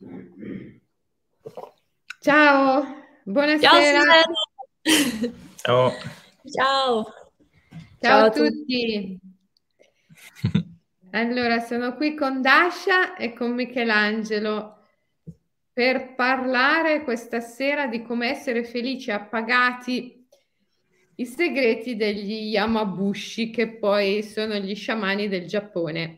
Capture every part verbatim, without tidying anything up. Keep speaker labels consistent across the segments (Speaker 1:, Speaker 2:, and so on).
Speaker 1: Ciao,
Speaker 2: Ciao
Speaker 1: buonasera.
Speaker 2: Susanna!
Speaker 3: Ciao.
Speaker 2: Ciao.
Speaker 1: Ciao
Speaker 2: Ciao
Speaker 1: a
Speaker 2: a tutti.
Speaker 1: tutti. Allora, sono qui con Dasha e con Michelangelo per parlare questa sera di come essere felici e appagati, i segreti degli Yamabushi, che poi sono gli sciamani del Giappone.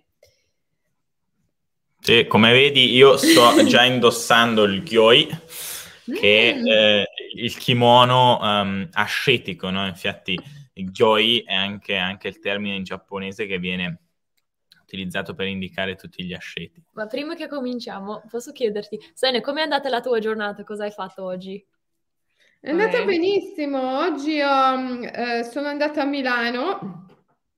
Speaker 3: Sì, come vedi io sto già indossando il gyoi, che è
Speaker 1: Mm.
Speaker 3: eh, il kimono um, ascetico, no? Infatti il gyoi è anche, anche il termine in giapponese che viene utilizzato per indicare tutti gli asceti.
Speaker 2: Ma prima che cominciamo, posso chiederti, Sene, com'è andata la tua giornata? Cosa hai fatto oggi?
Speaker 1: È andata
Speaker 2: Come-
Speaker 1: benissimo. Oggi ho, eh, sono andata a Milano,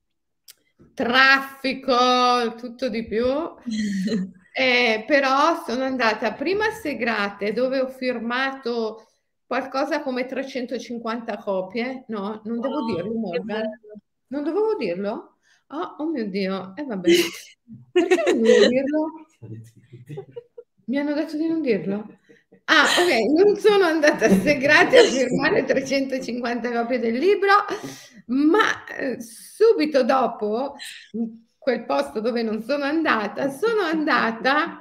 Speaker 1: traffico, tutto di più. Eh, però sono andata prima a Segrate dove ho firmato qualcosa come trecentocinquanta copie. No, non devo dirlo,
Speaker 2: Wow, che
Speaker 1: Morgan.
Speaker 2: bello.
Speaker 1: Non dovevo dirlo? Oh, oh mio Dio, e vabbè. Perché non dovevo dirlo? Mi hanno detto di non dirlo. Ah, ok, non sono andata a Segrate a firmare trecentocinquanta copie del libro, ma eh, subito dopo, in quel posto dove non sono andata, sono andata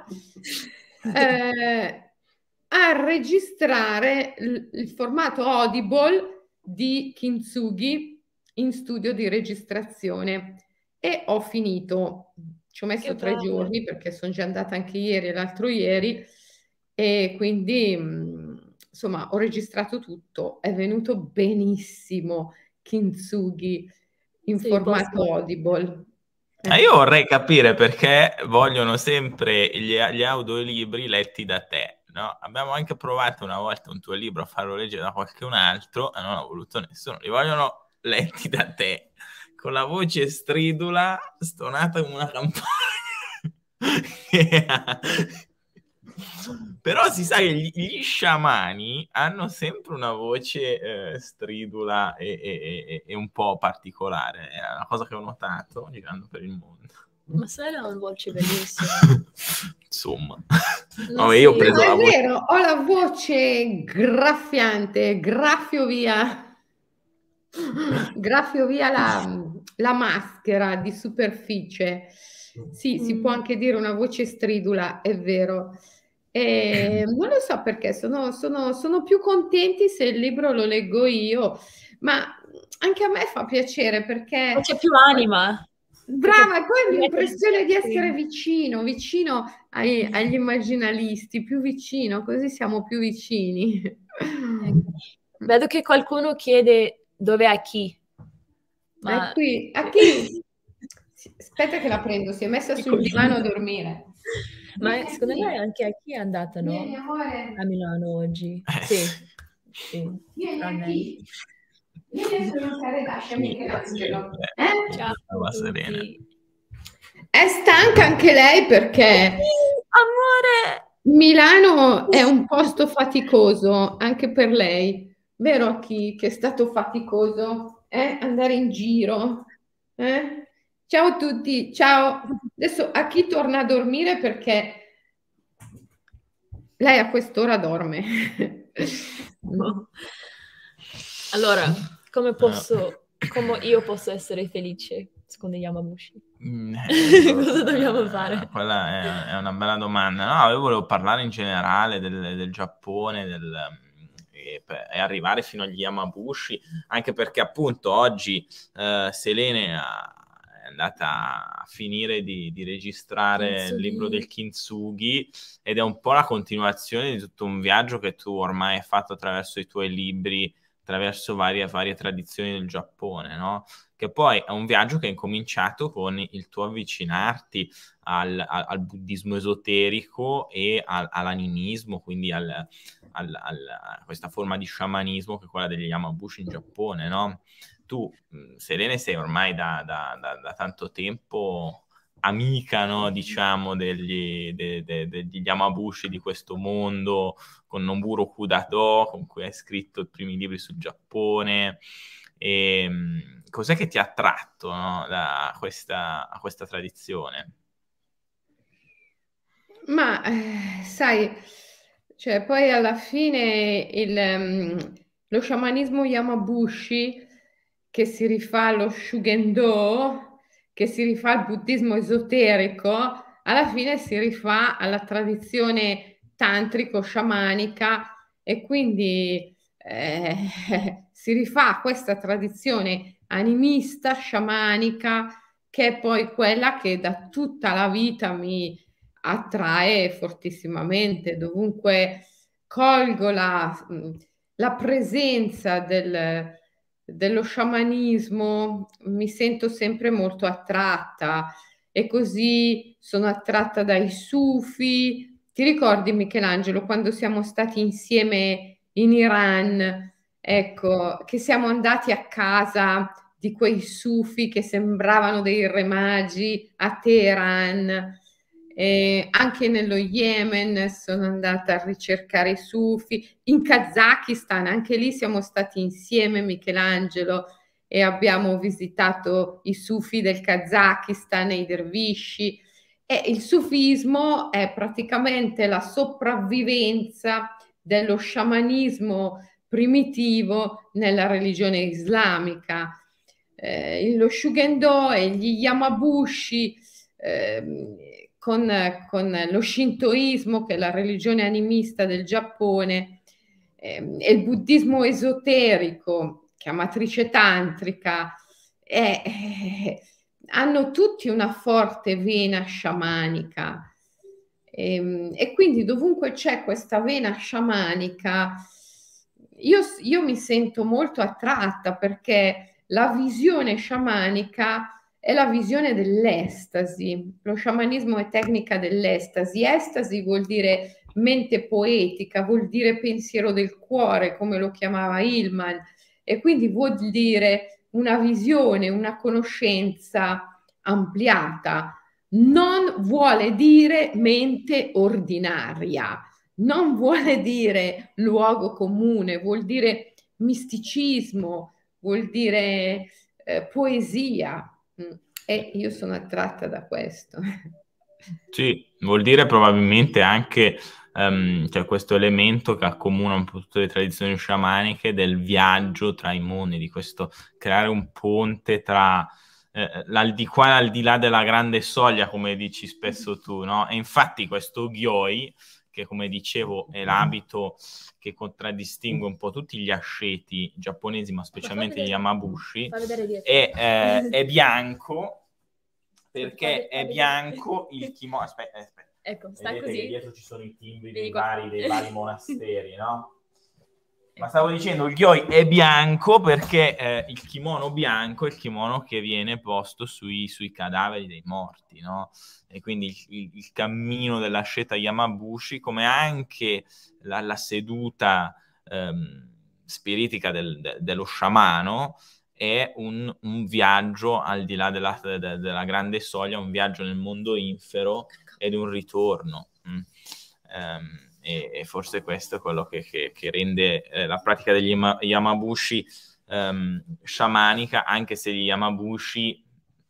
Speaker 1: eh, a registrare il, il formato Audible di Kintsugi in studio di registrazione e ho finito. Ci ho messo
Speaker 2: Che
Speaker 1: tre
Speaker 2: bello.
Speaker 1: giorni perché sono già andata anche ieri e l'altro ieri e quindi mh, insomma ho registrato tutto. È venuto benissimo Kintsugi in
Speaker 2: Sì, posso.
Speaker 1: formato Audible.
Speaker 3: Ma
Speaker 1: Eh.
Speaker 3: io vorrei capire perché vogliono sempre gli, gli audiolibri letti da te, no? Abbiamo anche provato una volta un tuo libro a farlo leggere da qualcun altro e non ha voluto nessuno. Li vogliono letti da te, con la voce stridula, stonata come una campana. Però si sa che gli, gli sciamani hanno sempre una voce eh, stridula e, e- e- e un po' particolare. È una cosa che ho notato girando per il mondo.
Speaker 2: Ma Sene ha una voce bellissima.
Speaker 3: Insomma,
Speaker 2: No,
Speaker 3: vabbè, io ho
Speaker 2: sì.
Speaker 1: No,
Speaker 3: preso
Speaker 1: è
Speaker 3: la voce.
Speaker 1: vero, ho la voce graffiante, graffio via, graffio via la, la maschera di superficie. Sì, si può
Speaker 2: Mm.
Speaker 1: anche dire una voce stridula, è vero. E non lo so perché sono, sono- sono più contenti se il libro lo leggo io, ma anche a me fa piacere
Speaker 2: Ma
Speaker 1: perché
Speaker 2: c'è più anima. Perché
Speaker 1: brava, e poi l'impressione di essere
Speaker 2: sì.
Speaker 1: vicino, vicino ai- agli immaginalisti, più vicino, così siamo più vicini.
Speaker 2: Ecco. Vedo che qualcuno chiede dove è chi,
Speaker 1: È
Speaker 2: ma
Speaker 1: qui, a chi? Aspetta che la prendo, si è messa sul divano a dormire.
Speaker 2: ma
Speaker 1: Vieni a
Speaker 2: secondo me
Speaker 1: chi?
Speaker 2: anche a chi è andata,
Speaker 1: Vieni,
Speaker 2: no?
Speaker 1: amore.
Speaker 2: A Milano oggi.
Speaker 3: Eh,
Speaker 2: Sì,
Speaker 3: sì.
Speaker 2: sì,
Speaker 1: Vieni a
Speaker 2: tranne lei.
Speaker 1: chi? Vieni a salutare Dasha
Speaker 3: Sì,
Speaker 1: Michelangelo.
Speaker 3: sempre,
Speaker 1: Eh?
Speaker 2: Ciao a
Speaker 3: brava Serena.
Speaker 2: tutti.
Speaker 1: È stanca anche lei perché
Speaker 2: Amore!
Speaker 1: Milano è un posto faticoso anche per lei, vero a chi che è stato faticoso? Eh? Andare in giro? Eh? Ciao a tutti, ciao. Adesso a chi torna a dormire perché lei a quest'ora dorme.
Speaker 2: Allora, come
Speaker 3: Eh,
Speaker 2: posso, come io posso essere felice secondo Yamabushi?
Speaker 3: mm, eh,
Speaker 2: Cosa dobbiamo
Speaker 3: eh,
Speaker 2: fare?
Speaker 3: quella è, è una bella domanda. No, io volevo parlare in generale del, del Giappone del, e, e arrivare fino agli Yamabushi, anche perché appunto oggi eh, Selene ha- è andata a finire di, di registrare il libro del
Speaker 2: Kintsugi.
Speaker 3: Kintsugi ed è un po' la continuazione di tutto un viaggio che tu ormai hai fatto attraverso i tuoi libri, attraverso varie, varie tradizioni del Giappone, no? Che poi è un viaggio che è incominciato con il tuo avvicinarti al, al, al buddismo esoterico e al, all'animismo, quindi al, al, al, a questa forma di sciamanismo che è quella degli Yamabushi in Giappone, no? Tu, Selene, sei ormai da, da, da, da tanto tempo amica, no, diciamo, degli, de, de, degli Yamabushi di questo mondo, con Noburo Kudado, con cui hai scritto i primi libri sul Giappone. E, cos'è che ti ha attratto, no, da questa, a questa tradizione?
Speaker 1: Ma eh, sai, cioè poi alla fine il, ehm, lo sciamanismo Yamabushi che si rifà allo Shugendo, che si rifà al buddismo esoterico, alla fine si rifà alla tradizione tantrico-sciamanica e quindi eh, si rifà a questa tradizione animista, sciamanica, che è poi quella che da tutta la vita mi attrae fortissimamente, dovunque colgo la, la presenza del, dello sciamanismo, mi sento sempre molto attratta e così sono attratta dai sufi. Ti ricordi, Michelangelo, quando siamo stati insieme in Iran, ecco, che siamo andati a casa di quei sufi che sembravano dei re magi a Teheran. Eh, anche nello Yemen sono andata a ricercare i sufi, in Kazakistan, anche lì siamo stati insieme, Michelangelo, e abbiamo visitato i sufi del Kazakistan, i dervisci. E il sufismo è praticamente la sopravvivenza dello sciamanismo primitivo nella religione islamica. Eh, lo Shugendo e gli Yamabushi, eh, con, con lo Shintoismo, che è la religione animista del Giappone, eh, e il buddismo esoterico, che ha matrice tantrica, eh, eh, hanno tutti una forte vena sciamanica. E, e quindi dovunque c'è questa vena sciamanica, io, io mi sento molto attratta perché la visione sciamanica è la visione dell'estasi. Lo sciamanismo è tecnica dell'estasi. Estasi vuol dire mente poetica, vuol dire pensiero del cuore, come lo chiamava Hillman, e quindi vuol dire una visione, una conoscenza ampliata. Non vuole dire mente ordinaria, non vuole dire luogo comune, vuol dire misticismo, vuol dire eh, poesia. Mm. E io sono attratta da questo.
Speaker 3: Sì, vuol dire probabilmente anche um, cioè questo elemento che accomuna un po' tutte le tradizioni sciamaniche del viaggio tra i mondi, di questo creare un ponte tra eh, l'al di qua e al di là della grande soglia, come dici spesso tu, no? E infatti questo Gyoi, che come dicevo è l'abito che contraddistingue un po' tutti gli asceti giapponesi, ma specialmente gli Yamabushi, è, eh, è bianco, perché è bianco il kimono. Aspetta, aspetta.
Speaker 2: Ecco, sta
Speaker 3: Vedete
Speaker 2: così.
Speaker 3: che dietro ci sono i timbri dei
Speaker 2: Vieni
Speaker 3: vari,
Speaker 2: qua.
Speaker 3: dei vari monasteri, no? Ma stavo dicendo, il Gyoi è bianco perché eh, il kimono bianco è il kimono che viene posto sui, sui cadaveri dei morti, no? E quindi il, il, il cammino dell'asceta Yamabushi, come anche la, la seduta ehm, spiritica del, de, dello sciamano, è un, un viaggio al di là della, de, de, della grande soglia, un viaggio nel mondo infero ed un ritorno. Mm. Um, e, e forse questo è quello che, che, che rende eh, la pratica degli yama, Yamabushi um, sciamanica, anche se gli Yamabushi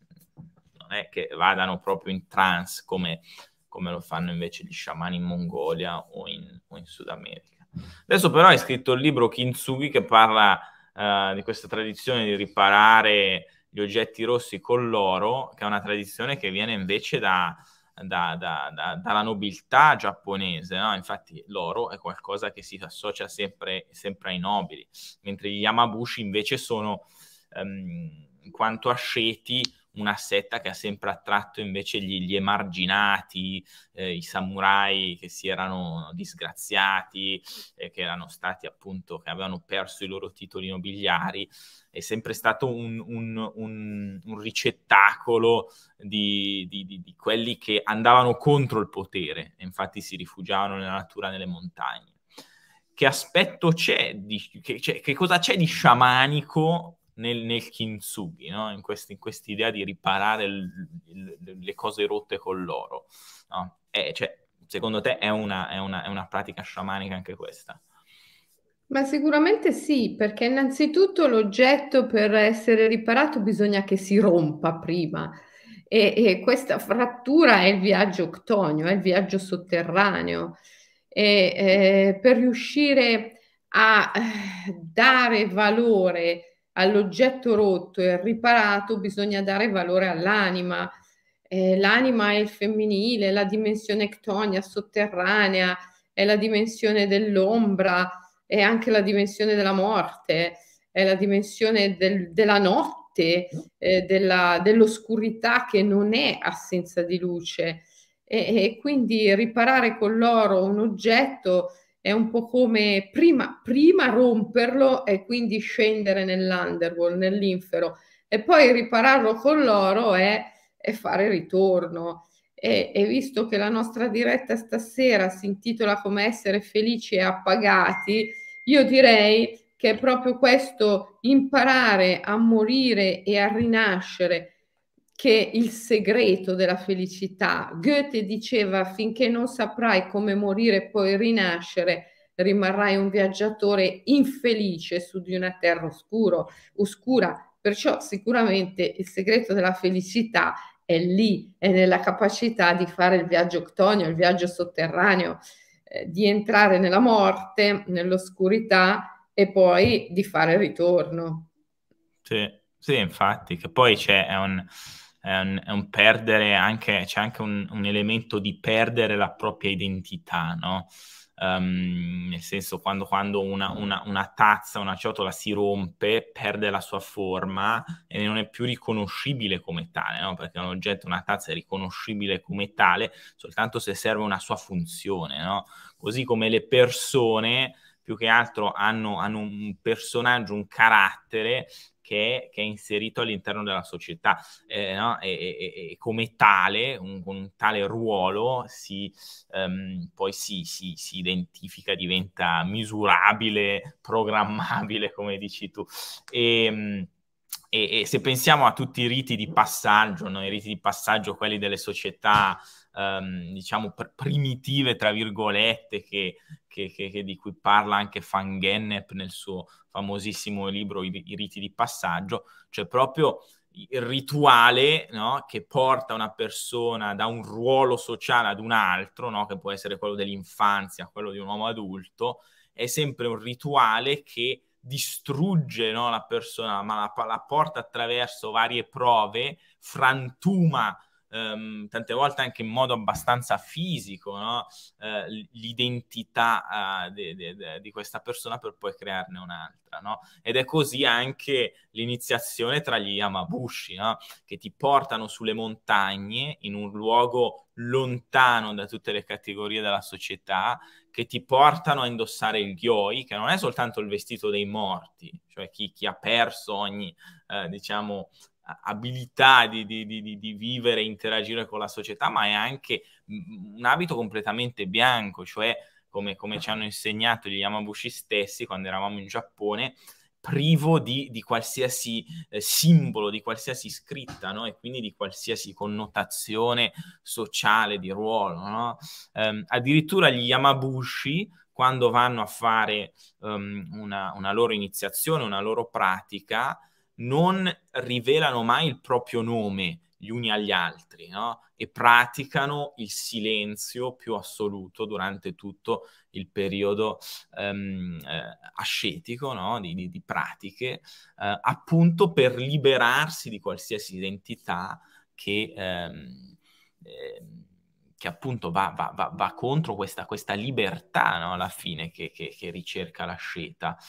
Speaker 3: non è che vadano proprio in trance come, come lo fanno invece gli sciamani in Mongolia o in, o in Sud America. Adesso però hai scritto il libro Kintsugi che parla uh, di questa tradizione di riparare gli oggetti rossi con l'oro, che è una tradizione che viene invece da Da, da, da, dalla nobiltà giapponese, no? Infatti l'oro è qualcosa che si associa sempre, sempre ai nobili, mentre gli Yamabushi invece sono, um, in quanto asceti, una setta che ha sempre attratto invece gli, gli emarginati, eh, i samurai che si erano disgraziati, eh, che erano stati appunto, che avevano perso i loro titoli nobiliari. È sempre stato un, un, un, un ricettacolo di, di, di, di quelli che andavano contro il potere e infatti si rifugiavano nella natura, nelle montagne. Che aspetto c'è, di, che, cioè, che cosa c'è di sciamanico nel, nel kintsugi, no? in questa idea di riparare il, il, le cose rotte con l'oro? No? E, cioè, secondo te è una, è, una, è una pratica sciamanica anche questa?
Speaker 1: Ma sicuramente sì, perché innanzitutto l'oggetto per essere riparato bisogna che si rompa prima E, e questa frattura è il viaggio ctonio, è il viaggio sotterraneo. E, eh, per riuscire a eh, dare valore all'oggetto rotto e riparato bisogna dare valore all'anima. Eh, l'anima è il femminile, la dimensione ctonia sotterranea, è la dimensione dell'ombra, è anche la dimensione della morte, è la dimensione del, della notte, eh, della, dell'oscurità che non è assenza di luce. E, e quindi riparare con l'oro un oggetto è un po' come prima, prima romperlo e quindi scendere nell'underworld, nell'infero, e poi ripararlo con l'oro è, è fare ritorno. E, e visto che la nostra diretta stasera si intitola Come essere felici e appagati, io direi che è proprio questo imparare a morire e a rinascere che il segreto della felicità. Goethe diceva: finché non saprai come morire e poi rinascere, rimarrai un viaggiatore infelice su di una terra oscuro, oscura. Perciò sicuramente il segreto della felicità è lì, è nella capacità di fare il viaggio ctonio, il viaggio sotterraneo, eh, di entrare nella morte, nell'oscurità e poi di fare ritorno.
Speaker 3: Sì, sì, infatti, che poi c'è è un, è un, è un perdere anche, c'è anche un, un elemento di perdere la propria identità, no? Um, nel senso, quando, quando una, una, una tazza, una ciotola si rompe, perde la sua forma e non è più riconoscibile come tale, no? Perché un oggetto, una tazza è riconoscibile come tale soltanto se serve una sua funzione, no? Così come le persone più che altro hanno, hanno un personaggio, un carattere che è, che è inserito all'interno della società, eh, no? e, e, e come tale, un, con un tale ruolo, si, um, poi si, si, si identifica, diventa misurabile, programmabile, come dici tu. E, e, e se pensiamo a tutti i riti di passaggio, no? I riti di passaggio, quelli delle società, um, diciamo, pr- primitive, tra virgolette, che, che, che, che di cui parla anche Van Gennep nel suo famosissimo libro I, I riti di passaggio, cioè proprio il rituale, no? Che porta una persona da un ruolo sociale ad un altro, no? Che può essere quello dell'infanzia, quello di un uomo adulto, è sempre un rituale che distrugge, no, la persona, ma la, la porta attraverso varie prove, frantuma Um, tante volte anche in modo abbastanza fisico, no? uh, l'identità uh, de, de, de, di questa persona per poi crearne un'altra, no? Ed è così anche l'iniziazione tra gli Yamabushi, no? Che ti portano sulle montagne in un luogo lontano da tutte le categorie della società, che ti portano a indossare il gyoi, che non è soltanto il vestito dei morti, cioè chi, chi ha perso ogni, uh, diciamo, abilità di, di, di, di vivere e interagire con la società, ma è anche un abito completamente bianco, cioè come, come ci hanno insegnato gli Yamabushi stessi quando eravamo in Giappone, privo di, di qualsiasi eh, simbolo, di qualsiasi scritta, no? E quindi di qualsiasi connotazione sociale, di ruolo, no? Um, addirittura gli Yamabushi, quando vanno a fare um, una, una loro iniziazione, una loro pratica, non rivelano mai il proprio nome gli uni agli altri, no? E praticano il silenzio più assoluto durante tutto il periodo um, eh, ascetico, no? di, di, di pratiche, eh, appunto per liberarsi di qualsiasi identità che, ehm, eh, che appunto va, va, va, va contro questa, questa libertà, no? Alla fine che, che, che ricerca l'asceta.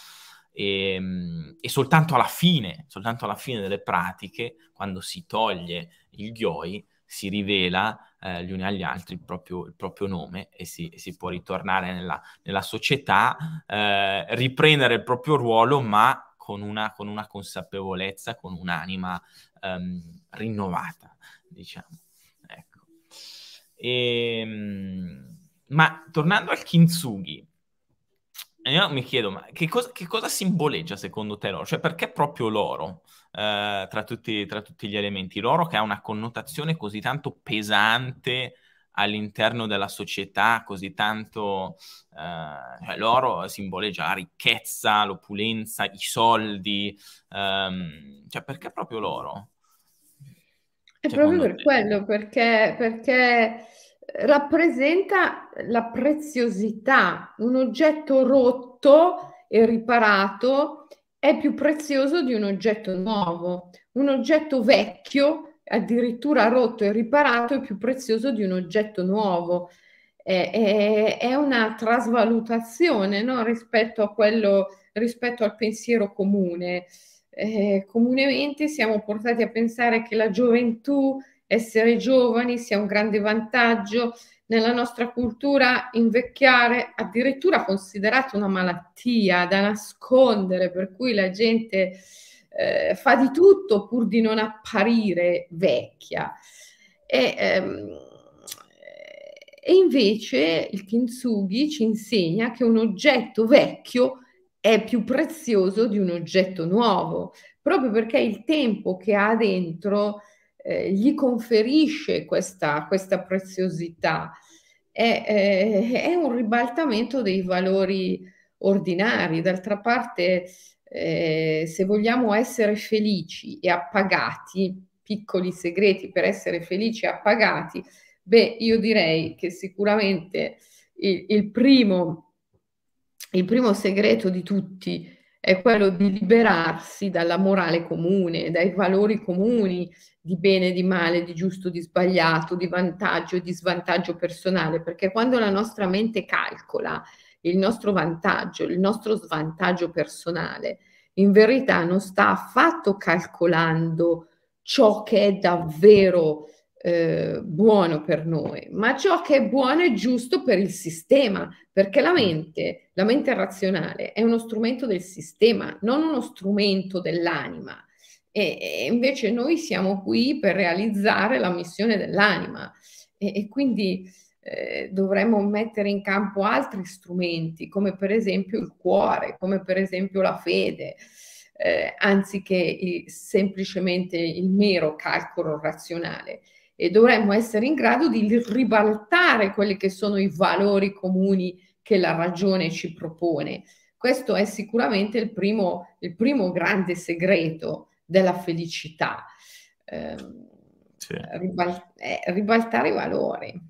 Speaker 3: E, e soltanto alla fine, soltanto alla fine delle pratiche, quando si toglie il gyoi, si rivela eh, gli uni agli altri il proprio, il proprio nome e si, e si può ritornare nella, nella società, eh, riprendere il proprio ruolo, ma con una, con una consapevolezza, con un'anima um, rinnovata, diciamo. Ecco. E, ma tornando al kintsugi, io mi chiedo, ma che cosa, che cosa simboleggia secondo te l'oro? Cioè, perché proprio l'oro eh, tra tutti, tra tutti gli elementi? L'oro che ha una connotazione così tanto pesante all'interno della società, così tanto... Eh, cioè, l'oro simboleggia la ricchezza, l'opulenza, i soldi. Ehm, cioè, perché proprio l'oro?
Speaker 1: È proprio per
Speaker 3: te?
Speaker 1: quello, perché, perché rappresenta la preziosità. Un oggetto rotto e riparato è più prezioso di un oggetto nuovo. Un oggetto vecchio, addirittura rotto e riparato, è più prezioso di un oggetto nuovo. È, è- è una trasvalutazione, no? Rispetto a quello, rispetto al pensiero comune. Eh, comunemente siamo portati a pensare che la gioventù, essere giovani, sia un grande vantaggio. Nella nostra cultura invecchiare addirittura considerato una malattia da nascondere, per cui la gente eh, fa di tutto pur di non apparire vecchia. E, ehm, e invece il Kintsugi ci insegna che un oggetto vecchio è più prezioso di un oggetto nuovo, proprio perché il tempo che ha dentro eh, gli conferisce questa, questa preziosità. È, è- è un ribaltamento dei valori ordinari. D'altra parte, eh, se vogliamo essere felici e appagati, piccoli segreti per essere felici e appagati, beh, io direi che sicuramente il, il primo, il primo segreto di tutti è quello di liberarsi dalla morale comune, dai valori comuni di bene, di male, di giusto, di sbagliato, di vantaggio e di svantaggio personale, perché quando la nostra mente calcola il nostro vantaggio, il nostro svantaggio personale, in verità non sta affatto calcolando ciò che è davvero eh, buono per noi, ma ciò che è buono e giusto per il sistema, perché la mente, la mente razionale è uno strumento del sistema, non uno strumento dell'anima. E, e invece noi siamo qui per realizzare la missione dell'anima e, e quindi eh, dovremmo mettere in campo altri strumenti, come per esempio il cuore, come per esempio la fede, eh, anziché il, semplicemente il mero calcolo razionale. E dovremmo essere in grado di ribaltare quelli che sono i valori comuni che la ragione ci propone. Questo è sicuramente il primo, il primo grande segreto della felicità. Eh,
Speaker 3: Sì.
Speaker 1: ribal- eh, ribaltare i valori.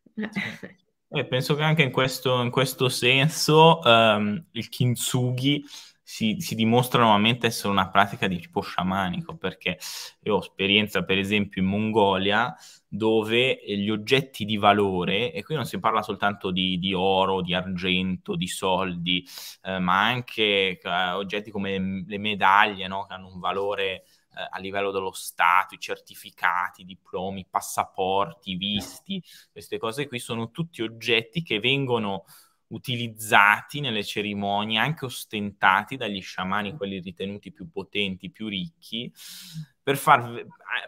Speaker 3: Sì. E penso che anche in questo, in questo senso ehm, il kintsugi si, si dimostra nuovamente essere una pratica di tipo sciamanico, perché io ho esperienza per esempio in Mongolia dove gli oggetti di valore, e qui non si parla soltanto di, di oro, di argento, di soldi, eh, ma anche eh, oggetti come le, le medaglie, no? Che hanno un valore eh, a livello dello Stato, i certificati, i diplomi, i passaporti, i visti, queste cose qui sono tutti oggetti che vengono utilizzati nelle cerimonie, anche ostentati dagli sciamani, quelli ritenuti più potenti, più ricchi, per far...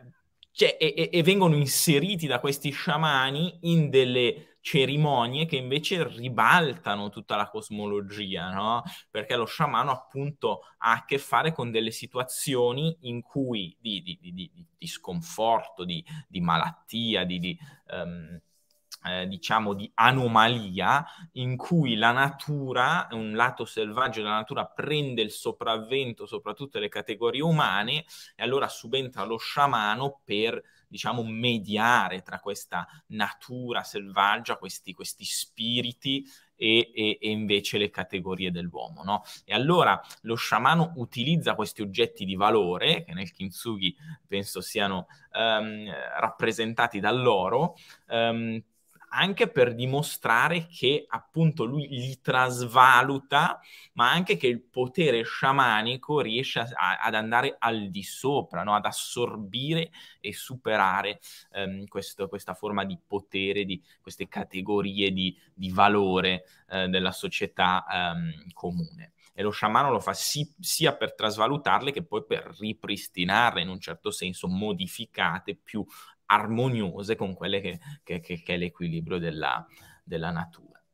Speaker 3: Cioè, e, e vengono inseriti da questi sciamani in delle cerimonie che invece ribaltano tutta la cosmologia, no? Perché lo sciamano appunto ha a che fare con delle situazioni in cui di, di, di, di, di sconforto, di, di malattia, di, di um, eh, diciamo di anomalia, in cui la natura, un lato selvaggio della natura, prende il sopravvento sopra tutte le categorie umane, e allora subentra lo sciamano per, diciamo, mediare tra questa natura selvaggia, questi, questi spiriti e, e, e invece le categorie dell'uomo, no? E allora lo sciamano utilizza questi oggetti di valore, che nel kintsugi penso siano um, rappresentati dall'oro, um, anche per dimostrare che appunto lui li trasvaluta, ma anche che il potere sciamanico riesce a, a, ad andare al di sopra, no? Ad assorbire e superare ehm, questo, questa forma di potere, di queste categorie di, di valore eh, della società ehm, comune. E lo sciamano lo fa sì, sia per trasvalutarle che poi per ripristinarle, in un certo senso modificate, più armoniose con quelle che, che, che, che è l'equilibrio della, della natura.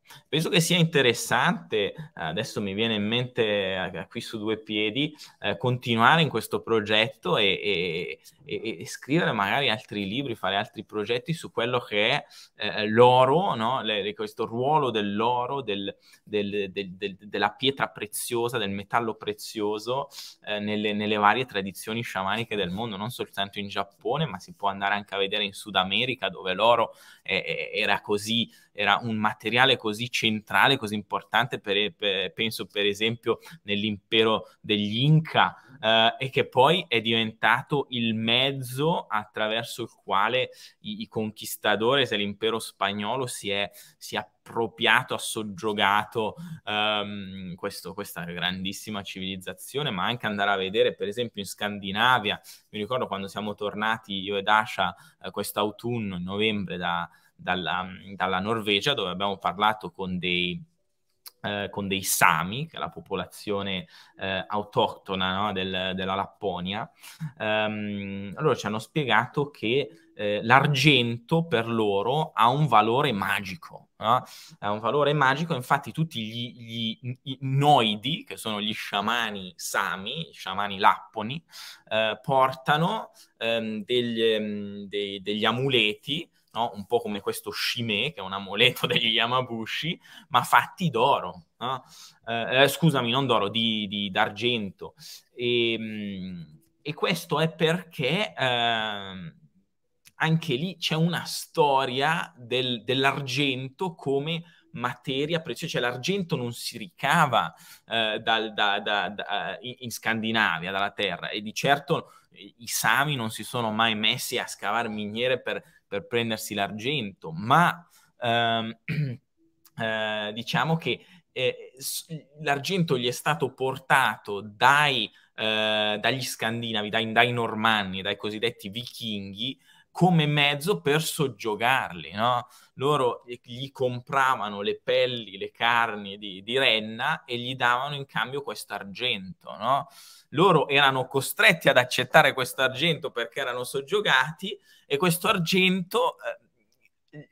Speaker 3: Penso che sia interessante, adesso mi viene in mente eh, qui su due piedi, eh, continuare in questo progetto e, e, e, e scrivere magari altri libri, fare altri progetti su quello che è eh, l'oro, no? Le, questo ruolo dell'oro, del, del, del, del, della pietra preziosa, del metallo prezioso eh, nelle, nelle varie tradizioni sciamaniche del mondo, non soltanto in Giappone, ma si può andare anche a vedere in Sud America, dove l'oro è, è, era così, era un materiale così centrale, così importante, per, per, penso per esempio nell'impero degli Inca, eh, e che poi è diventato il mezzo attraverso il quale i, i conquistadores dell'impero spagnolo si è, si è appropriato, ha soggiogato um, questo, questa grandissima civilizzazione, ma anche andare a vedere per esempio in Scandinavia. Mi ricordo quando siamo tornati io ed Asha eh, quest'autunno, in novembre, da, dalla, dalla Norvegia, dove abbiamo parlato con dei Eh, con dei Sami, che è la popolazione eh, autoctona, no, del, della Lapponia. Um, allora ci hanno spiegato che eh, l'argento per loro ha un valore magico, no? Ha un valore magico, infatti tutti gli, gli i noidi, che sono gli sciamani Sami, gli sciamani lapponi, eh, portano ehm, degli, ehm, dei, degli amuleti, no? Un po' come questo shime, che è un amuleto degli Yamabushi, ma fatti d'oro, no? eh, scusami, non d'oro, di, di, d'argento. E, e questo è perché eh, anche lì c'è una storia del, dell'argento come materia preziosa, cioè l'argento non si ricava eh, dal, da, da, da, in, in Scandinavia, dalla terra, e di certo i Sami non si sono mai messi a scavare miniere per, per prendersi l'argento, ma ehm, eh, diciamo che eh, l'argento gli è stato portato dai, eh, dagli scandinavi, dai, dai normanni, dai cosiddetti vichinghi, come mezzo per soggiogarli, no? Loro gli compravano le pelli, le carni di, di renna e gli davano in cambio questo argento, no? Loro erano costretti ad accettare questo argento perché erano soggiogati, e questo argento eh,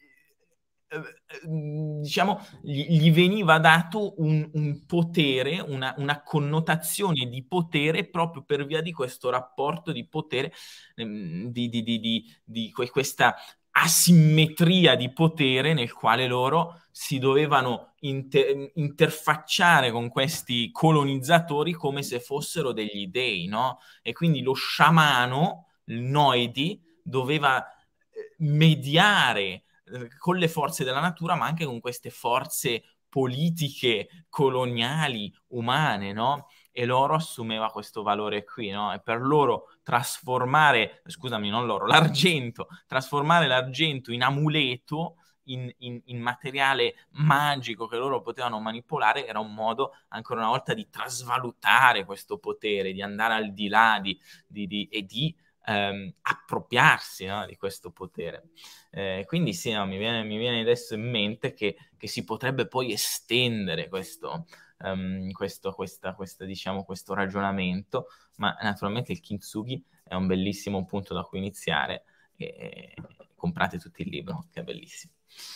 Speaker 3: diciamo gli, gli veniva dato un, un potere, una, una connotazione di potere proprio per via di questo rapporto di potere, ehm, di, di, di, di, di questa asimmetria di potere nel quale loro si dovevano inter- interfacciare con questi colonizzatori come se fossero degli dei, no? E quindi lo sciamano, il noidi, doveva mediare con le forze della natura, ma anche con queste forze politiche, coloniali, umane, no? E l'oro assumeva questo valore qui, no? E per loro trasformare, scusami, non l'oro, l'argento, trasformare l'argento in amuleto, in, in, in materiale magico che loro potevano manipolare, era un modo, ancora una volta, di trasvalutare questo potere, di andare al di là di, di, di, e di ehm, appropriarsi, no, di questo potere. Eh, quindi sì, no, mi viene, mi viene adesso in mente che, che si potrebbe poi estendere questo, um, questo, questa, questa, diciamo, questo ragionamento, ma naturalmente il Kintsugi è un bellissimo punto da cui iniziare, e, e comprate tutto il libro, che è bellissimo.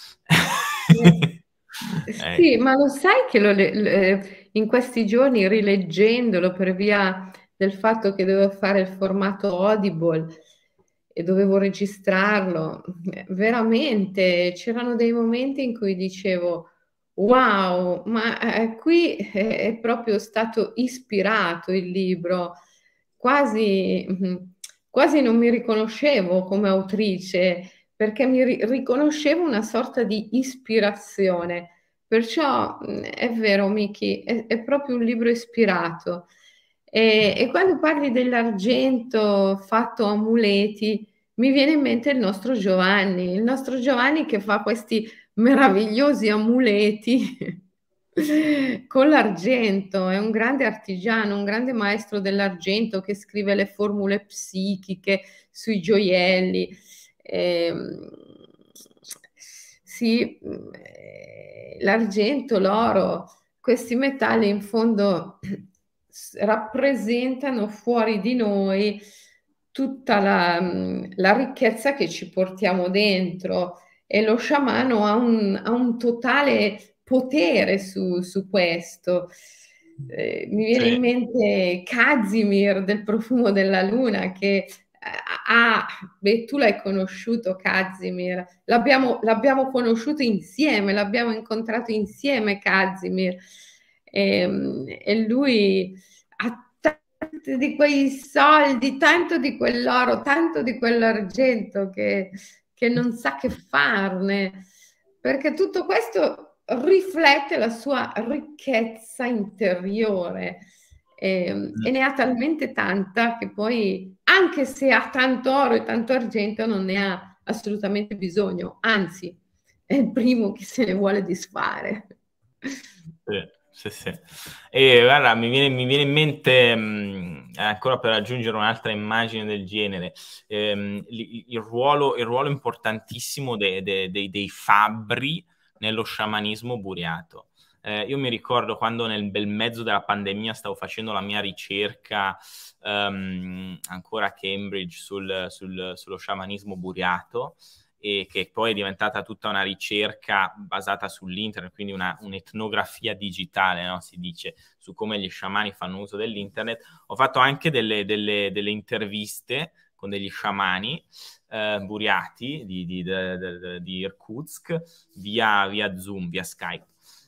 Speaker 1: Sì, ma lo sai che lo, le, in questi giorni, rileggendolo per via del fatto che dovevo fare il formato Audible e dovevo registrarlo, veramente c'erano dei momenti in cui dicevo wow, ma eh, qui è, è proprio stato ispirato il libro, quasi, quasi non mi riconoscevo come autrice perché mi ri- riconoscevo una sorta di ispirazione. Perciò mh, è vero, Miki, è, è proprio un libro ispirato. E, e quando parli dell'argento fatto amuleti, mi viene in mente il nostro Giovanni, il nostro Giovanni che fa questi meravigliosi amuleti con l'argento, è un grande artigiano, un grande maestro dell'argento che scrive le formule psichiche sui gioielli. Eh, sì, eh, l'argento, l'oro, questi metalli in fondo rappresentano fuori di noi tutta la, la ricchezza che ci portiamo dentro, e lo sciamano ha un, ha un totale potere su, su questo. Eh, mi viene
Speaker 3: Sì.
Speaker 1: in mente Kazimir del Profumo della Luna che ah, beh, tu l'hai conosciuto Kazimir, l'abbiamo, l'abbiamo conosciuto insieme, l'abbiamo incontrato insieme Kazimir e, e lui ha tanti di quei soldi, tanto di quell'oro, tanto di quell'argento che, che non sa che farne, perché tutto questo riflette la sua ricchezza interiore. E, e ne ha talmente tanta che poi, anche se ha tanto oro e tanto argento, non ne ha assolutamente bisogno, anzi, è il primo che se ne vuole disfare.
Speaker 3: Sì, sì, sì. E guarda, mi viene, mi viene in mente, mh, ancora per aggiungere un'altra immagine del genere, ehm, il, il ruolo, il ruolo importantissimo de, de, de, dei fabbri nello sciamanismo buriato. Eh, io mi ricordo quando nel bel mezzo della pandemia stavo facendo la mia ricerca um, ancora a Cambridge sul, sul, sullo sciamanismo buriato, e che poi è diventata tutta una ricerca basata sull'internet, quindi una, un'etnografia digitale, no? Si dice, su come gli sciamani fanno uso dell'internet. Ho fatto anche delle, delle, delle interviste con degli sciamani eh, buriati di, di, di, di, di Irkutsk via, via Zoom, via Skype.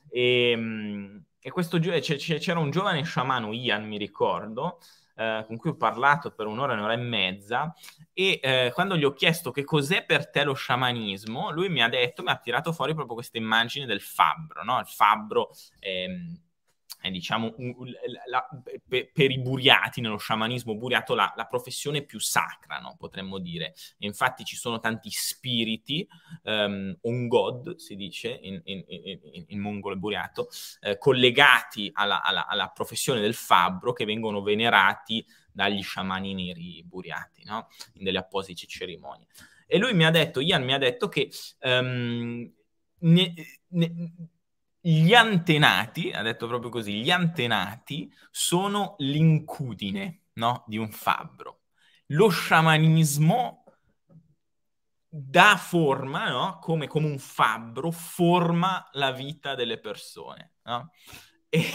Speaker 3: E, e questo c'era un giovane sciamano, Ian, mi ricordo, eh, con cui ho parlato per un'ora, un'ora e mezza, e eh, quando gli ho chiesto che cos'è per te lo sciamanismo, lui mi ha detto, mi ha tirato fuori proprio questa immagine del fabbro, no? Il fabbro ehm, è, diciamo, un, la, per, per i buriati, nello sciamanismo buriato, la, la professione più sacra, no? Potremmo dire. E infatti ci sono tanti spiriti, um, on god, si dice in, in, in, in mongolo buriato, eh, collegati alla, alla, alla professione del fabbro, che vengono venerati dagli sciamani neri buriati, no? In delle apposite cerimonie. E lui mi ha detto, Ian mi ha detto che um, ne, ne, gli antenati, ha detto proprio così, gli antenati sono l'incudine, no? Di un fabbro. Lo sciamanismo dà forma, no? Come, come un fabbro, forma la vita delle persone, no? E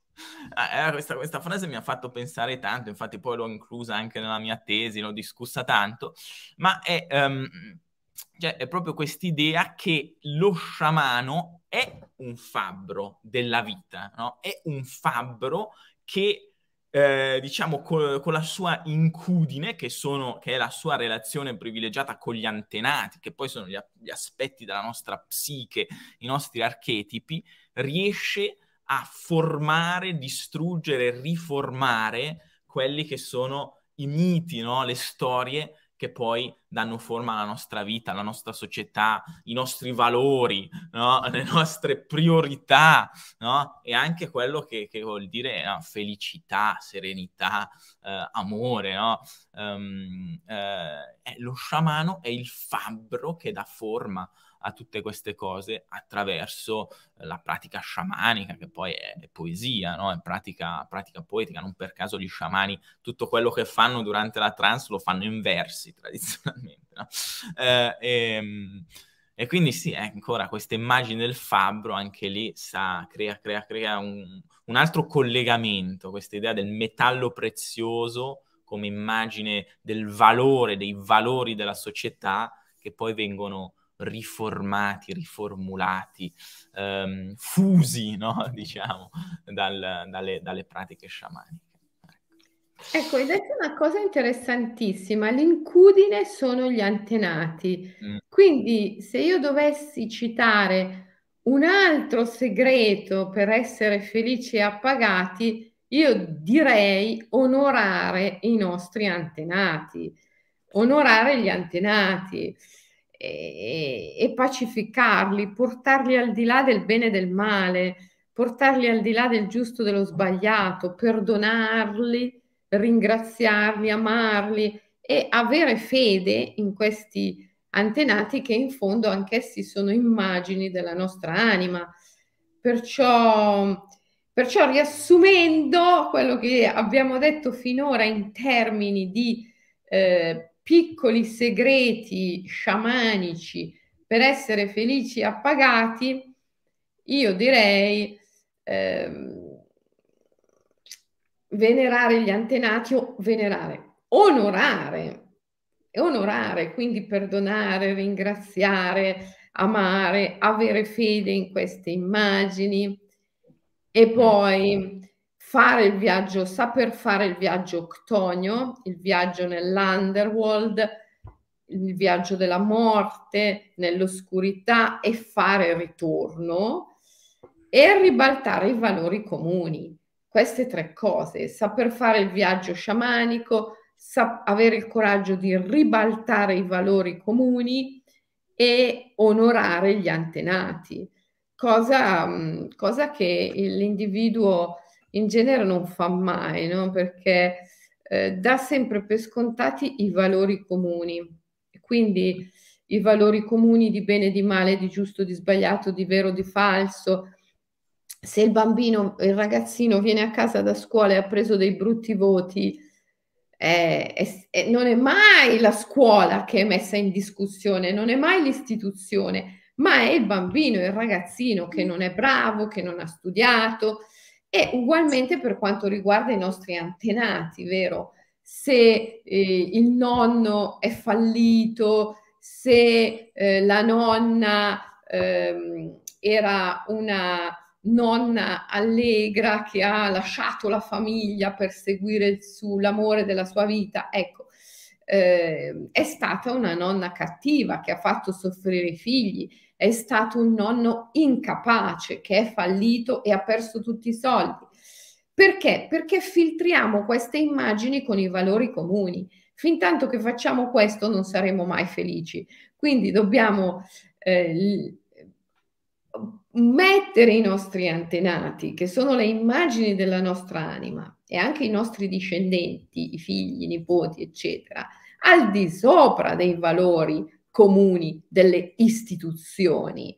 Speaker 3: eh, questa, questa frase mi ha fatto pensare tanto, infatti poi l'ho inclusa anche nella mia tesi, l'ho discussa tanto, ma è, um, cioè, è proprio quest'idea che lo sciamano è un fabbro della vita, no? È un fabbro che Eh, diciamo co- con la sua incudine, che, sono, che è la sua relazione privilegiata con gli antenati, che poi sono gli, gli aspetti della nostra psiche, i nostri archetipi, riesce a formare, distruggere, riformare quelli che sono i miti, no? Le storie che poi danno forma alla nostra vita, alla nostra società, i nostri valori, no? Le nostre priorità, no? E anche quello che, che vuol dire no? Felicità, serenità, eh, amore, no? Um, eh, lo sciamano è il fabbro che dà forma a tutte queste cose attraverso la pratica sciamanica, che poi è, è poesia, no? È pratica, pratica poetica. Non per caso gli sciamani tutto quello che fanno durante la trance lo fanno in versi tradizionalmente, no? Eh, e, e quindi sì, è ancora questa immagine del fabbro, anche lì sa, crea, crea, crea un, un altro collegamento, questa idea del metallo prezioso come immagine del valore, dei valori della società, che poi vengono riformati, riformulati, ehm, fusi, no? Diciamo, dal, dalle, dalle pratiche sciamaniche.
Speaker 1: Ecco, hai detto una cosa interessantissima, l'incudine sono gli antenati.
Speaker 3: Mm.
Speaker 1: Quindi se io dovessi citare un altro segreto per essere felici e appagati, io direi onorare i nostri antenati, onorare gli antenati e, e pacificarli, portarli al di là del bene e del male, portarli al di là del giusto e dello sbagliato, perdonarli, ringraziarli, amarli e avere fede in questi antenati che in fondo anch'essi sono immagini della nostra anima. Perciò, perciò riassumendo quello che abbiamo detto finora in termini di eh, piccoli segreti sciamanici per essere felici e appagati, io direi ehm, venerare gli antenati o venerare, onorare, onorare, quindi perdonare, ringraziare, amare, avere fede in queste immagini e poi fare il viaggio, saper fare il viaggio ctonio, il viaggio nell'underworld, il viaggio della morte, nell'oscurità e fare il ritorno e ribaltare i valori comuni. Queste tre cose, saper fare il viaggio sciamanico, sap- avere il coraggio di ribaltare i valori comuni e onorare gli antenati, cosa, mh, cosa che l'individuo in genere non fa mai, no? Perché eh, dà sempre per scontati i valori comuni. Quindi i valori comuni di bene e di male, di giusto, di sbagliato, di vero, di falso. Se il bambino, il ragazzino viene a casa da scuola e ha preso dei brutti voti, eh, è- è- non è mai la scuola che è messa in discussione, non è mai l'istituzione, ma è il bambino, il ragazzino che non è bravo, che non ha studiato. E ugualmente per quanto riguarda i nostri antenati, vero? Se eh, il nonno è fallito, se eh, la nonna ehm, era una nonna allegra che ha lasciato la famiglia per seguire il su, l'amore della sua vita, ecco, eh, è stata una nonna cattiva che ha fatto soffrire i figli, è stato un nonno incapace che è fallito e ha perso tutti i soldi. Perché? Perché filtriamo queste immagini con i valori comuni. Fintanto che facciamo questo non saremo mai felici. Quindi dobbiamo eh, mettere i nostri antenati, che sono le immagini della nostra anima, e anche i nostri discendenti, i figli, i nipoti, eccetera, al di sopra dei valori comuni delle istituzioni.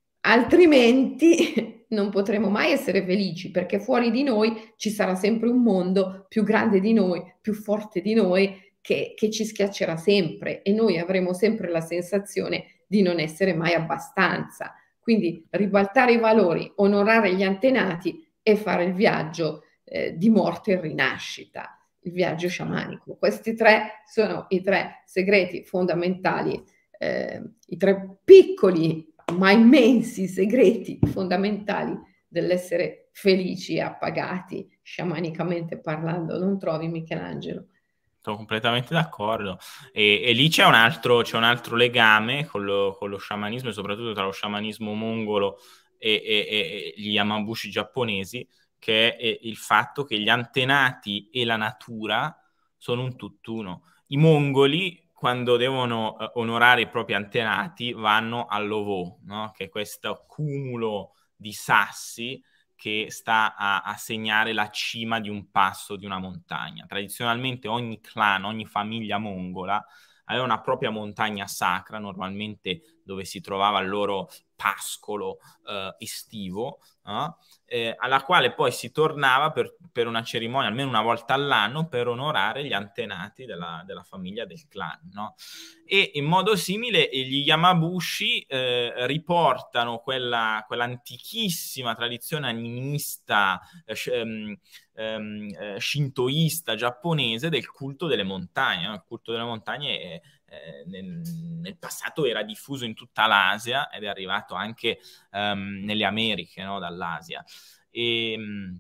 Speaker 1: Altrimenti non potremo mai essere felici, perché fuori di noi ci sarà sempre un mondo più grande di noi, più forte di noi, che, che ci schiaccerà sempre e noi avremo sempre la sensazione di non essere mai abbastanza. Quindi ribaltare i valori, onorare gli antenati e fare il viaggio eh, di morte e rinascita, il viaggio sciamanico. Questi tre sono i tre segreti fondamentali, eh, i tre piccoli ma immensi segreti fondamentali dell'essere felici e appagati, sciamanicamente parlando. Non trovi, Michelangelo?
Speaker 3: Sono completamente d'accordo. E, e lì c'è un altro, c'è un altro legame con lo, con lo sciamanismo, e soprattutto tra lo sciamanismo mongolo e, e, e gli Yamabushi giapponesi, che è il fatto che gli antenati e la natura sono un tutt'uno. I mongoli, quando devono eh, onorare i propri antenati, vanno all'Ovò, no? Che è questo cumulo di sassi che sta a, a segnare la cima di un passo di una montagna. Tradizionalmente ogni clan, ogni famiglia mongola aveva una propria montagna sacra, normalmente dove si trovava il loro pascolo eh, estivo, no? eh, alla quale poi si tornava per, per una cerimonia, almeno una volta all'anno, per onorare gli antenati della, della famiglia del clan, no? E in modo simile gli Yamabushi eh, riportano quella, quell'antichissima tradizione animista eh, eh, shintoista giapponese del culto delle montagne, no? Il culto delle montagne è, eh, nel, nel passato era diffuso in tutta l'Asia ed è arrivato anche um, nelle Americhe, no? Dall'Asia. E,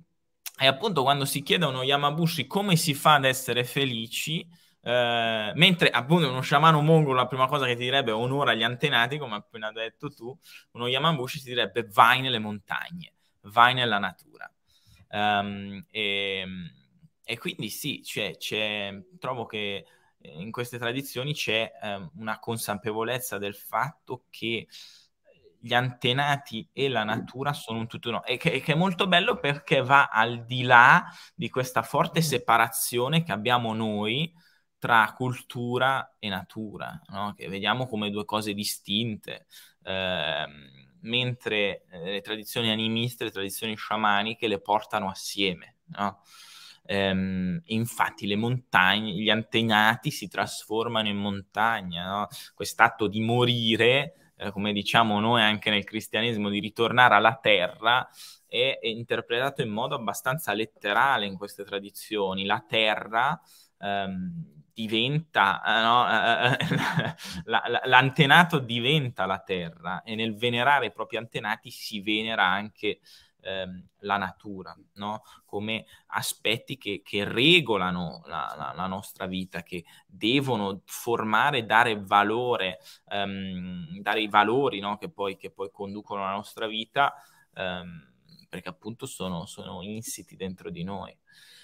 Speaker 3: e appunto quando si chiede a uno Yamabushi come si fa ad essere felici, eh, mentre appunto uno sciamano mongolo la prima cosa che ti direbbe è onora gli antenati, come appena detto tu, uno Yamabushi ti direbbe vai nelle montagne, vai nella natura. Um, e, e quindi sì, c'è, c'è, trovo che in queste tradizioni c'è um, una consapevolezza del fatto che gli antenati e la natura sono un tutt'uno, e che, che è molto bello perché va al di là di questa forte separazione che abbiamo noi tra cultura e natura, no? Che vediamo come due cose distinte, eh, mentre eh, le tradizioni animiste, le tradizioni sciamaniche le portano assieme, no? Ehm, infatti le montagne, gli antenati si trasformano in montagna, no? Quest'atto di morire eh, come diciamo noi anche nel cristianesimo, di ritornare alla terra, è, è interpretato in modo abbastanza letterale in queste tradizioni. La terra ehm, diventa, eh, no? la, la, l'antenato diventa la terra, e nel venerare i propri antenati si venera anche ehm, la natura, no? Come aspetti che, che regolano la, la, la nostra vita, che devono formare, dare valore, ehm, dare i valori, no? che, poi, che poi conducono la nostra vita, ehm, perché appunto sono, sono insiti dentro di noi.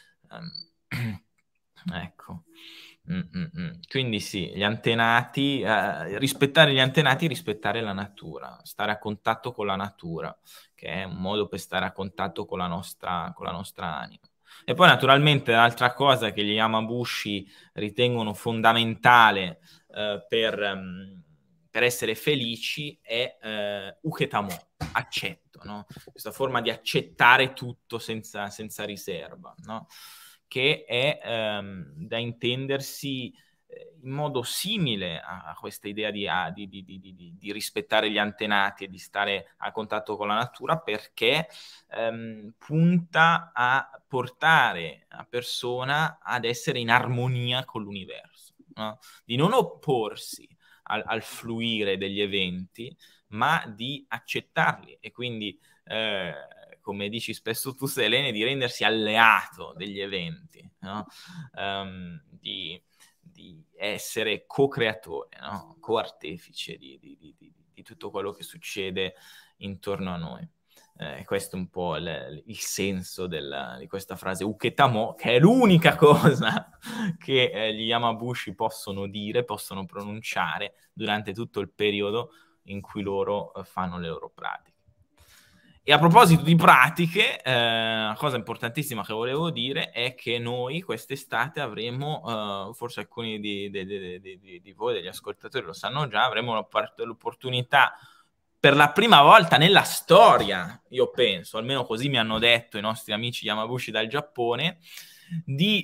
Speaker 3: Um, ecco. Mm-mm. Quindi sì, gli antenati, eh, rispettare gli antenati, rispettare la natura, stare a contatto con la natura, che è un modo per stare a contatto con la nostra, con la nostra anima. E poi naturalmente l'altra cosa che gli Yamabushi ritengono fondamentale eh, per, um, per essere felici è eh, uketamo, accetto, no? Questa forma di accettare tutto senza, senza riserva, no? Che è ehm, da intendersi in modo simile a questa idea di, a, di, di, di, di rispettare gli antenati e di stare a contatto con la natura, perché ehm, punta a portare la persona ad essere in armonia con l'universo, no? Di non opporsi al, al fluire degli eventi, ma di accettarli, e quindi eh, come dici spesso tu, Selene, di rendersi alleato degli eventi, no? Um, di, di essere co-creatore, no? Co-artefice di, di, di, di tutto quello che succede intorno a noi. Eh, questo è un po' il, il senso della, di questa frase uketamo, che è l'unica cosa che eh, gli Yamabushi possono dire, possono pronunciare durante tutto il periodo in cui loro eh, fanno le loro pratiche. E a proposito di pratiche, eh, una cosa importantissima che volevo dire è che noi quest'estate avremo, eh, forse alcuni di, di, di, di, di voi, degli ascoltatori lo sanno già, avremo l'opportunità per la prima volta nella storia, io penso, almeno così mi hanno detto i nostri amici Yamabushi dal Giappone, di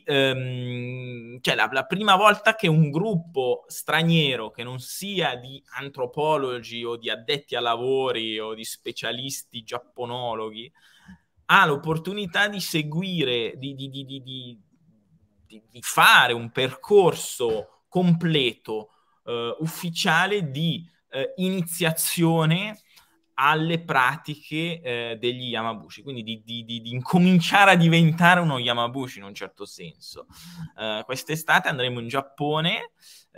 Speaker 3: ehm, cioè la, la prima volta che un gruppo straniero che non sia di antropologi o di addetti a lavori o di specialisti giapponologhi ha l'opportunità di seguire, di, di, di, di, di, di fare un percorso completo, eh, ufficiale di eh, iniziazione alle pratiche eh, degli Yamabushi, quindi di, di, di, di incominciare a diventare uno Yamabushi in un certo senso. Uh, quest'estate andremo in Giappone,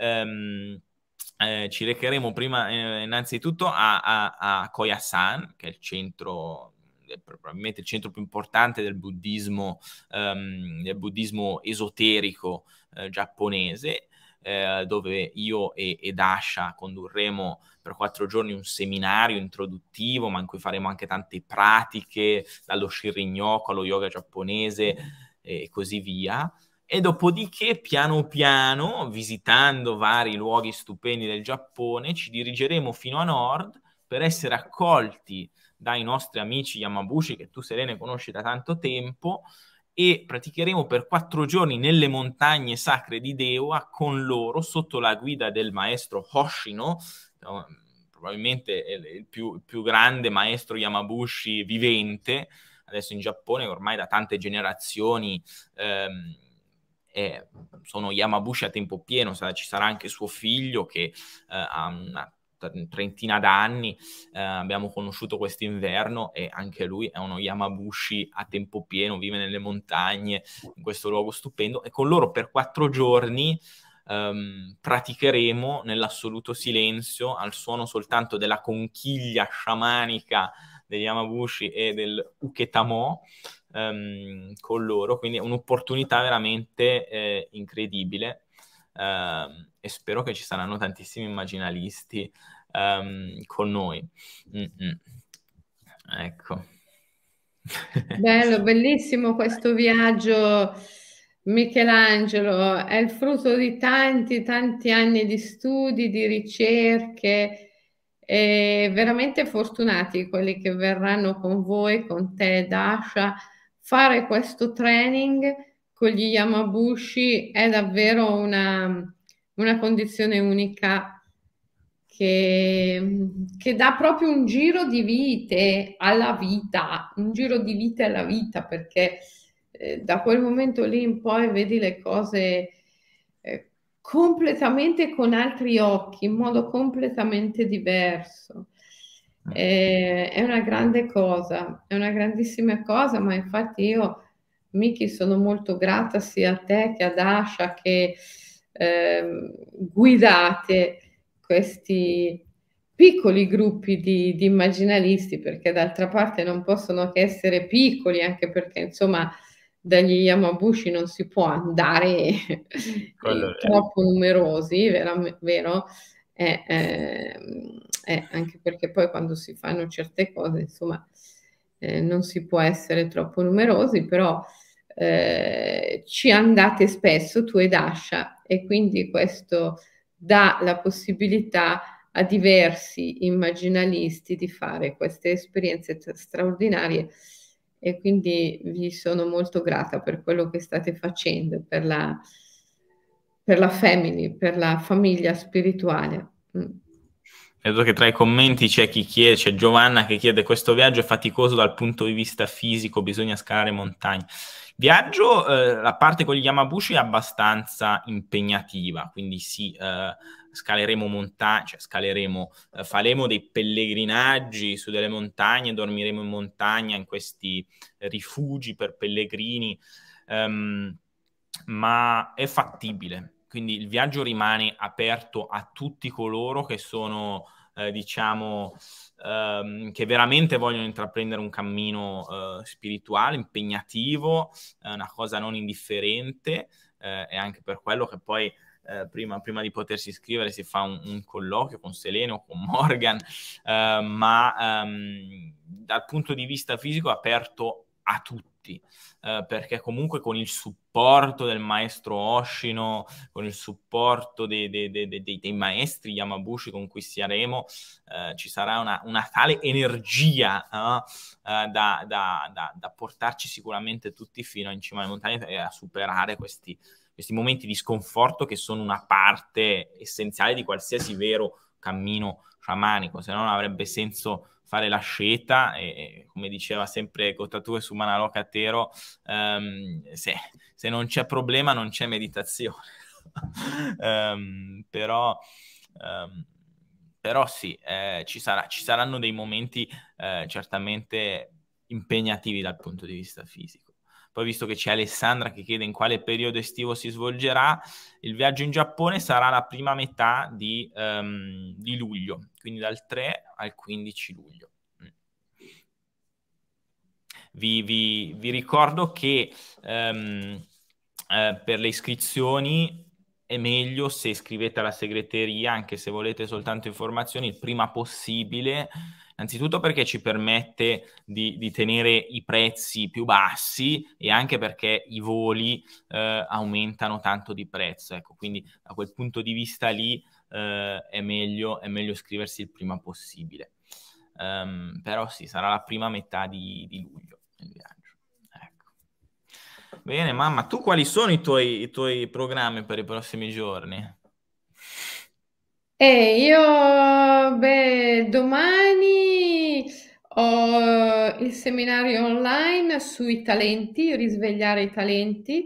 Speaker 3: um, eh, ci recheremo prima eh, innanzitutto a, a, a Koyasan, che è il centro, è probabilmente il centro più importante del buddismo, um, del buddismo esoterico eh, giapponese, eh, dove io e, e Dasha condurremo per quattro giorni un seminario introduttivo, ma in cui faremo anche tante pratiche, dallo Shinrin-yoku allo yoga giapponese e così via. E dopodiché, piano piano, visitando vari luoghi stupendi del Giappone, ci dirigeremo fino a nord per essere accolti dai nostri amici Yamabushi, che tu, Selene, conosci da tanto tempo, e praticheremo per quattro giorni nelle montagne sacre di Dewa con loro, sotto la guida del maestro Hoshino, no? Probabilmente il più, il più grande maestro Yamabushi vivente adesso in Giappone, ormai da tante generazioni ehm, eh, sono Yamabushi a tempo pieno. Ci sarà anche suo figlio che eh, ha una trentina d'anni, eh, abbiamo conosciuto quest'inverno, e anche lui è uno Yamabushi a tempo pieno, vive nelle montagne, in questo luogo stupendo, e con loro per quattro giorni Um, praticheremo nell'assoluto silenzio, al suono soltanto della conchiglia sciamanica degli Yamabushi e del uketamo um, con loro, quindi è un'opportunità veramente eh, incredibile, uh, e spero che ci saranno tantissimi immaginalisti um, con noi. Mm-mm. Ecco.
Speaker 1: Bello, bellissimo questo viaggio, Michelangelo, è il frutto di tanti, tanti anni di studi, di ricerche, e veramente fortunati quelli che verranno con voi, con te, Dasha. Fare questo training con gli Yamabushi è davvero una, una condizione unica che, che dà proprio un giro di vite alla vita, un giro di vite alla vita, perché eh, da quel momento lì in poi vedi le cose eh, completamente con altri occhi, in modo completamente diverso. Eh, è una grande cosa, è una grandissima cosa, ma infatti io, Miki, sono molto grata sia a te che ad Asha che ehm, guidate questi piccoli gruppi di, di immaginalisti, perché d'altra parte non possono che essere piccoli, anche perché insomma dagli Yamabushi non si può andare
Speaker 3: Quello
Speaker 1: eh,
Speaker 3: è vero.
Speaker 1: troppo numerosi, vera- vero? Eh, ehm, eh, anche perché poi quando si fanno certe cose, insomma, eh, non si può essere troppo numerosi, però eh, ci andate spesso tu ed Asha, e quindi questo dà la possibilità a diversi immaginalisti di fare queste esperienze t- straordinarie, e quindi vi sono molto grata per quello che state facendo, per la, per la family, per la famiglia spirituale. Mm.
Speaker 3: Vedo che tra i commenti c'è chi chiede, c'è Giovanna che chiede: questo viaggio è faticoso dal punto di vista fisico, bisogna scalare montagne. Viaggio, eh, la parte con gli Yamabushi è abbastanza impegnativa, quindi sì, eh, scaleremo montagne, cioè scaleremo, eh, faremo dei pellegrinaggi su delle montagne, dormiremo in montagna in questi rifugi per pellegrini, ehm, ma è fattibile. Quindi il viaggio rimane aperto a tutti coloro che sono, eh, diciamo, ehm, che veramente vogliono intraprendere un cammino eh, spirituale, impegnativo, è una cosa non indifferente, eh, e anche per quello che poi eh, prima, prima di potersi iscrivere si fa un, un colloquio con Selene o con Morgan, eh, ma ehm, dal punto di vista fisico è aperto a tutti. Eh, perché comunque con il supporto del maestro Oshino, con il supporto dei, dei, dei, dei, dei maestri Yamabushi con cui saremo, eh, ci sarà una, una tale energia no? eh, da, da, da, da portarci sicuramente tutti fino in cima alle montagne e a superare questi, questi momenti di sconforto che sono una parte essenziale di qualsiasi vero cammino sciamanico, se no non avrebbe senso fare la scelta e, come diceva sempre Kotatue su Manaloka Tero, um, se, se non c'è problema non c'è meditazione. um, però, um, però sì, eh, ci, sarà, ci saranno dei momenti eh, certamente impegnativi dal punto di vista fisico. Poi, visto che c'è Alessandra che chiede in quale periodo estivo si svolgerà, il viaggio in Giappone sarà la prima metà di, um, di luglio, quindi dal tre al quindici luglio. Vi, vi, vi ricordo che um, eh, per le iscrizioni è meglio se iscrivete alla segreteria, anche se volete soltanto informazioni, il prima possibile. Innanzitutto perché ci permette di, di tenere i prezzi più bassi e anche perché i voli eh, aumentano tanto di prezzo. Ecco, quindi da quel punto di vista lì eh, è meglio, è meglio iscriversi il prima possibile. Um, però sì, sarà la prima metà di, di luglio il viaggio. Ecco. Bene, mamma, tu quali sono i tuoi, i tuoi programmi per i prossimi giorni?
Speaker 1: Eh, io, beh, domani ho il seminario online sui talenti, risvegliare i talenti.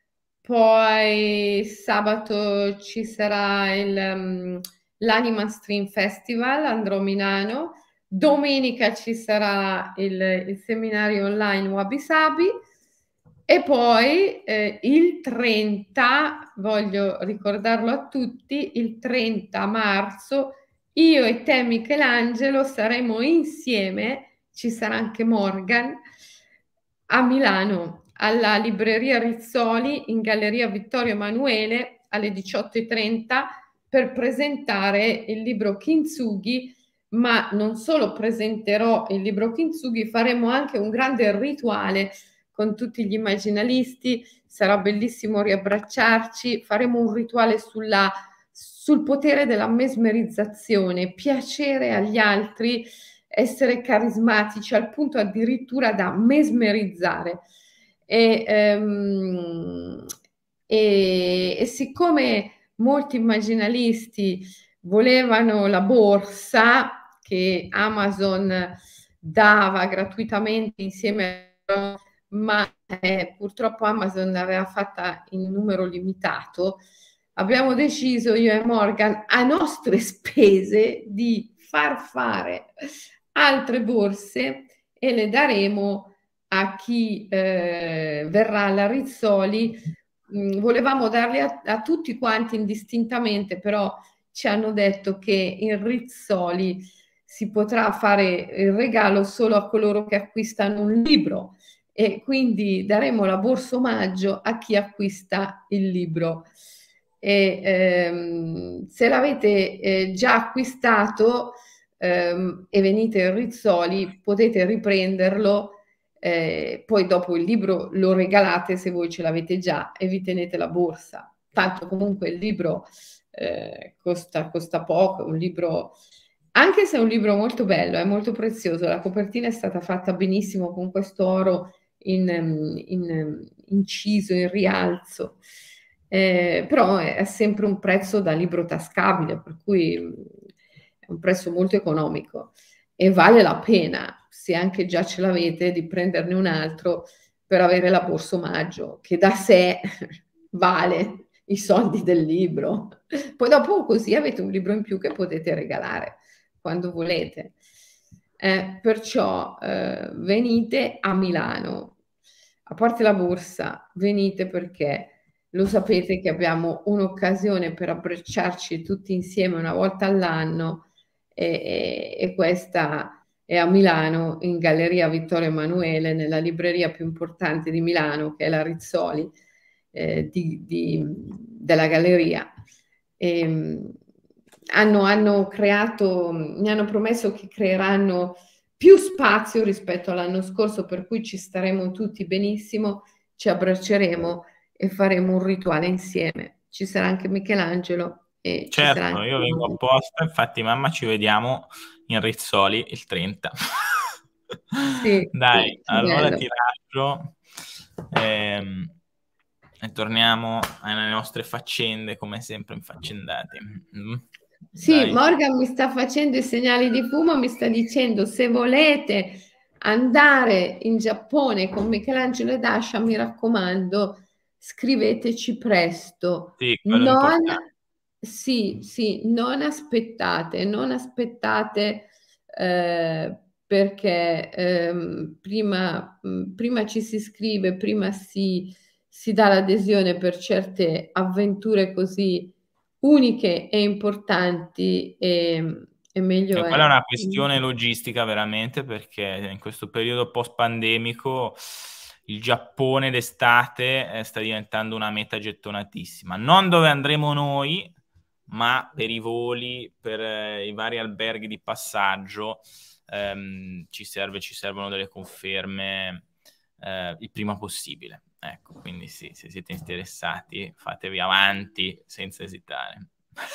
Speaker 1: Poi sabato ci sarà il, um, l'Anima Stream Festival, andrò a Milano. Domenica ci sarà il, il seminario online Wabi Sabi. E poi eh, il trenta, voglio ricordarlo a tutti, il trenta marzo io e te, Michelangelo, saremo insieme, ci sarà anche Morgan, a Milano, alla Libreria Rizzoli, in Galleria Vittorio Emanuele, alle diciotto e trenta, per presentare il libro Kintsugi, ma non solo presenterò il libro Kintsugi, faremo anche un grande rituale con tutti gli immaginalisti, sarà bellissimo riabbracciarci, faremo un rituale sulla, sul potere della mesmerizzazione, piacere agli altri, essere carismatici al punto addirittura da mesmerizzare. E, ehm, e, e siccome molti immaginalisti volevano la borsa che Amazon dava gratuitamente insieme a, ma eh, purtroppo Amazon l'aveva fatta in numero limitato. Abbiamo deciso io e Morgan a nostre spese di far fare altre borse e le daremo a chi eh, verrà alla Rizzoli. Mm, volevamo darle a, a tutti quanti indistintamente, però ci hanno detto che in Rizzoli si potrà fare il regalo solo a coloro che acquistano un libro e quindi daremo la borsa omaggio a chi acquista il libro. E, ehm, se l'avete eh, già acquistato ehm, e venite in Rizzoli, potete riprenderlo. Eh, poi dopo il libro lo regalate se voi ce l'avete già e vi tenete la borsa. Tanto comunque il libro eh, costa, costa poco, un libro, anche se è un libro molto bello, è molto prezioso, la copertina è stata fatta benissimo con questo oro in, in, inciso, in rialzo, eh, però è sempre un prezzo da libro tascabile, per cui è un prezzo molto economico e vale la pena, se anche già ce l'avete, di prenderne un altro per avere la borsa omaggio, che da sé vale i soldi del libro. Poi dopo così avete un libro in più che potete regalare quando volete. Eh, perciò eh, venite a Milano, a parte la borsa, venite perché lo sapete che abbiamo un'occasione per abbracciarci tutti insieme una volta all'anno e, e, e questa è a Milano, in Galleria Vittorio Emanuele, nella libreria più importante di Milano, che è la Rizzoli, eh, di, di, della galleria. E, hanno, hanno creato, mi hanno promesso che creeranno più spazio rispetto all'anno scorso, per cui ci staremo tutti benissimo, ci abbracceremo e faremo un rituale insieme. Ci sarà anche Michelangelo e ci sarà
Speaker 3: Certo,
Speaker 1: anche...
Speaker 3: io vengo apposta, infatti mamma ci vediamo in Rizzoli il trenta.
Speaker 1: Sì,
Speaker 3: Dai,
Speaker 1: sì,
Speaker 3: allora
Speaker 1: bello.
Speaker 3: ti lascio ehm, e torniamo alle nostre faccende come sempre infaccendati. Mm?
Speaker 1: Sì,
Speaker 3: Dai.
Speaker 1: Morgan mi sta facendo i segnali di fumo, mi sta dicendo se volete andare in Giappone con Michelangelo e Dasha, mi raccomando, scriveteci presto.
Speaker 3: Sì, quello è
Speaker 1: Non,
Speaker 3: importante.
Speaker 1: sì, sì, non aspettate, non aspettate eh, perché ehm, prima, mh, prima ci si iscrive, prima si, si dà l'adesione per certe avventure così uniche e importanti e, e meglio
Speaker 3: E quella è
Speaker 1: è.
Speaker 3: una questione logistica veramente, perché in questo periodo post-pandemico il Giappone d'estate eh, sta diventando una meta gettonatissima. Non dove andremo noi, ma per i voli, per eh, i vari alberghi di passaggio, ehm, ci serve, ci servono delle conferme eh, il prima possibile. Ecco, quindi sì, se siete interessati, fatevi avanti senza esitare.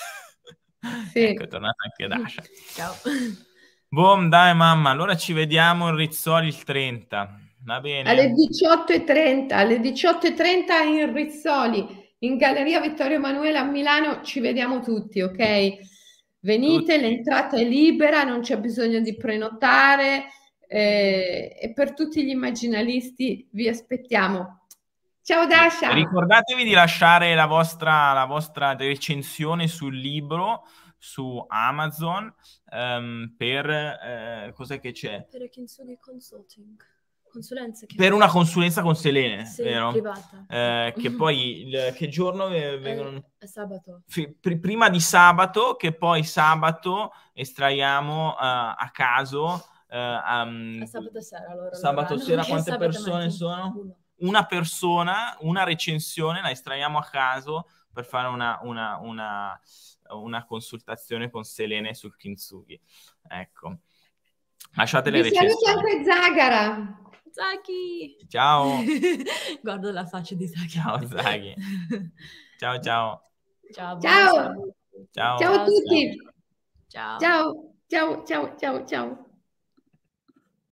Speaker 1: Sì.
Speaker 3: Ecco, è tornata anche Dasha.
Speaker 2: Ciao.
Speaker 3: Boom, dai mamma, allora ci vediamo in Rizzoli il trenta. Va bene?
Speaker 1: Alle diciotto e trenta, alle diciotto e trenta in Rizzoli, in Galleria Vittorio Emanuele a Milano, ci vediamo tutti, ok? Venite,
Speaker 3: Tutti.
Speaker 1: l'entrata è libera, non c'è bisogno di prenotare eh, e per tutti gli immaginalisti vi aspettiamo. Ciao Dasha!
Speaker 3: Ricordatevi di lasciare la vostra, la vostra recensione sul libro su Amazon um, per eh, cos'è che c'è?
Speaker 2: Per Kintsugi Consulting. Consulenza che
Speaker 3: Per una consulenza con Selene,
Speaker 2: sì,
Speaker 3: vero?
Speaker 2: privata.
Speaker 3: Eh, che poi il, che giorno vengono?
Speaker 2: È, è sabato.
Speaker 3: F- pr- prima di sabato, che poi sabato estraiamo uh, a caso. Uh, um,
Speaker 2: È sabato sera allora.
Speaker 3: Sabato
Speaker 2: allora,
Speaker 3: sera
Speaker 2: no,
Speaker 3: quante persone mattina. Sono? Uno. Una persona, una recensione, la estraiamo a caso per fare una, una, una, una consultazione con Selene sul Kintsugi. Ecco. Lasciate le
Speaker 1: Vi saluto
Speaker 3: recensioni.
Speaker 1: anche Zagara.
Speaker 2: Zaki!
Speaker 3: Ciao!
Speaker 2: Guardo la faccia di Zaki.
Speaker 3: Ciao Zaki! Ciao ciao!
Speaker 2: Ciao!
Speaker 1: Ciao!
Speaker 3: Ciao,
Speaker 1: ciao a tutti!
Speaker 2: Ciao!
Speaker 1: Ciao! Ciao, ciao, ciao, ciao!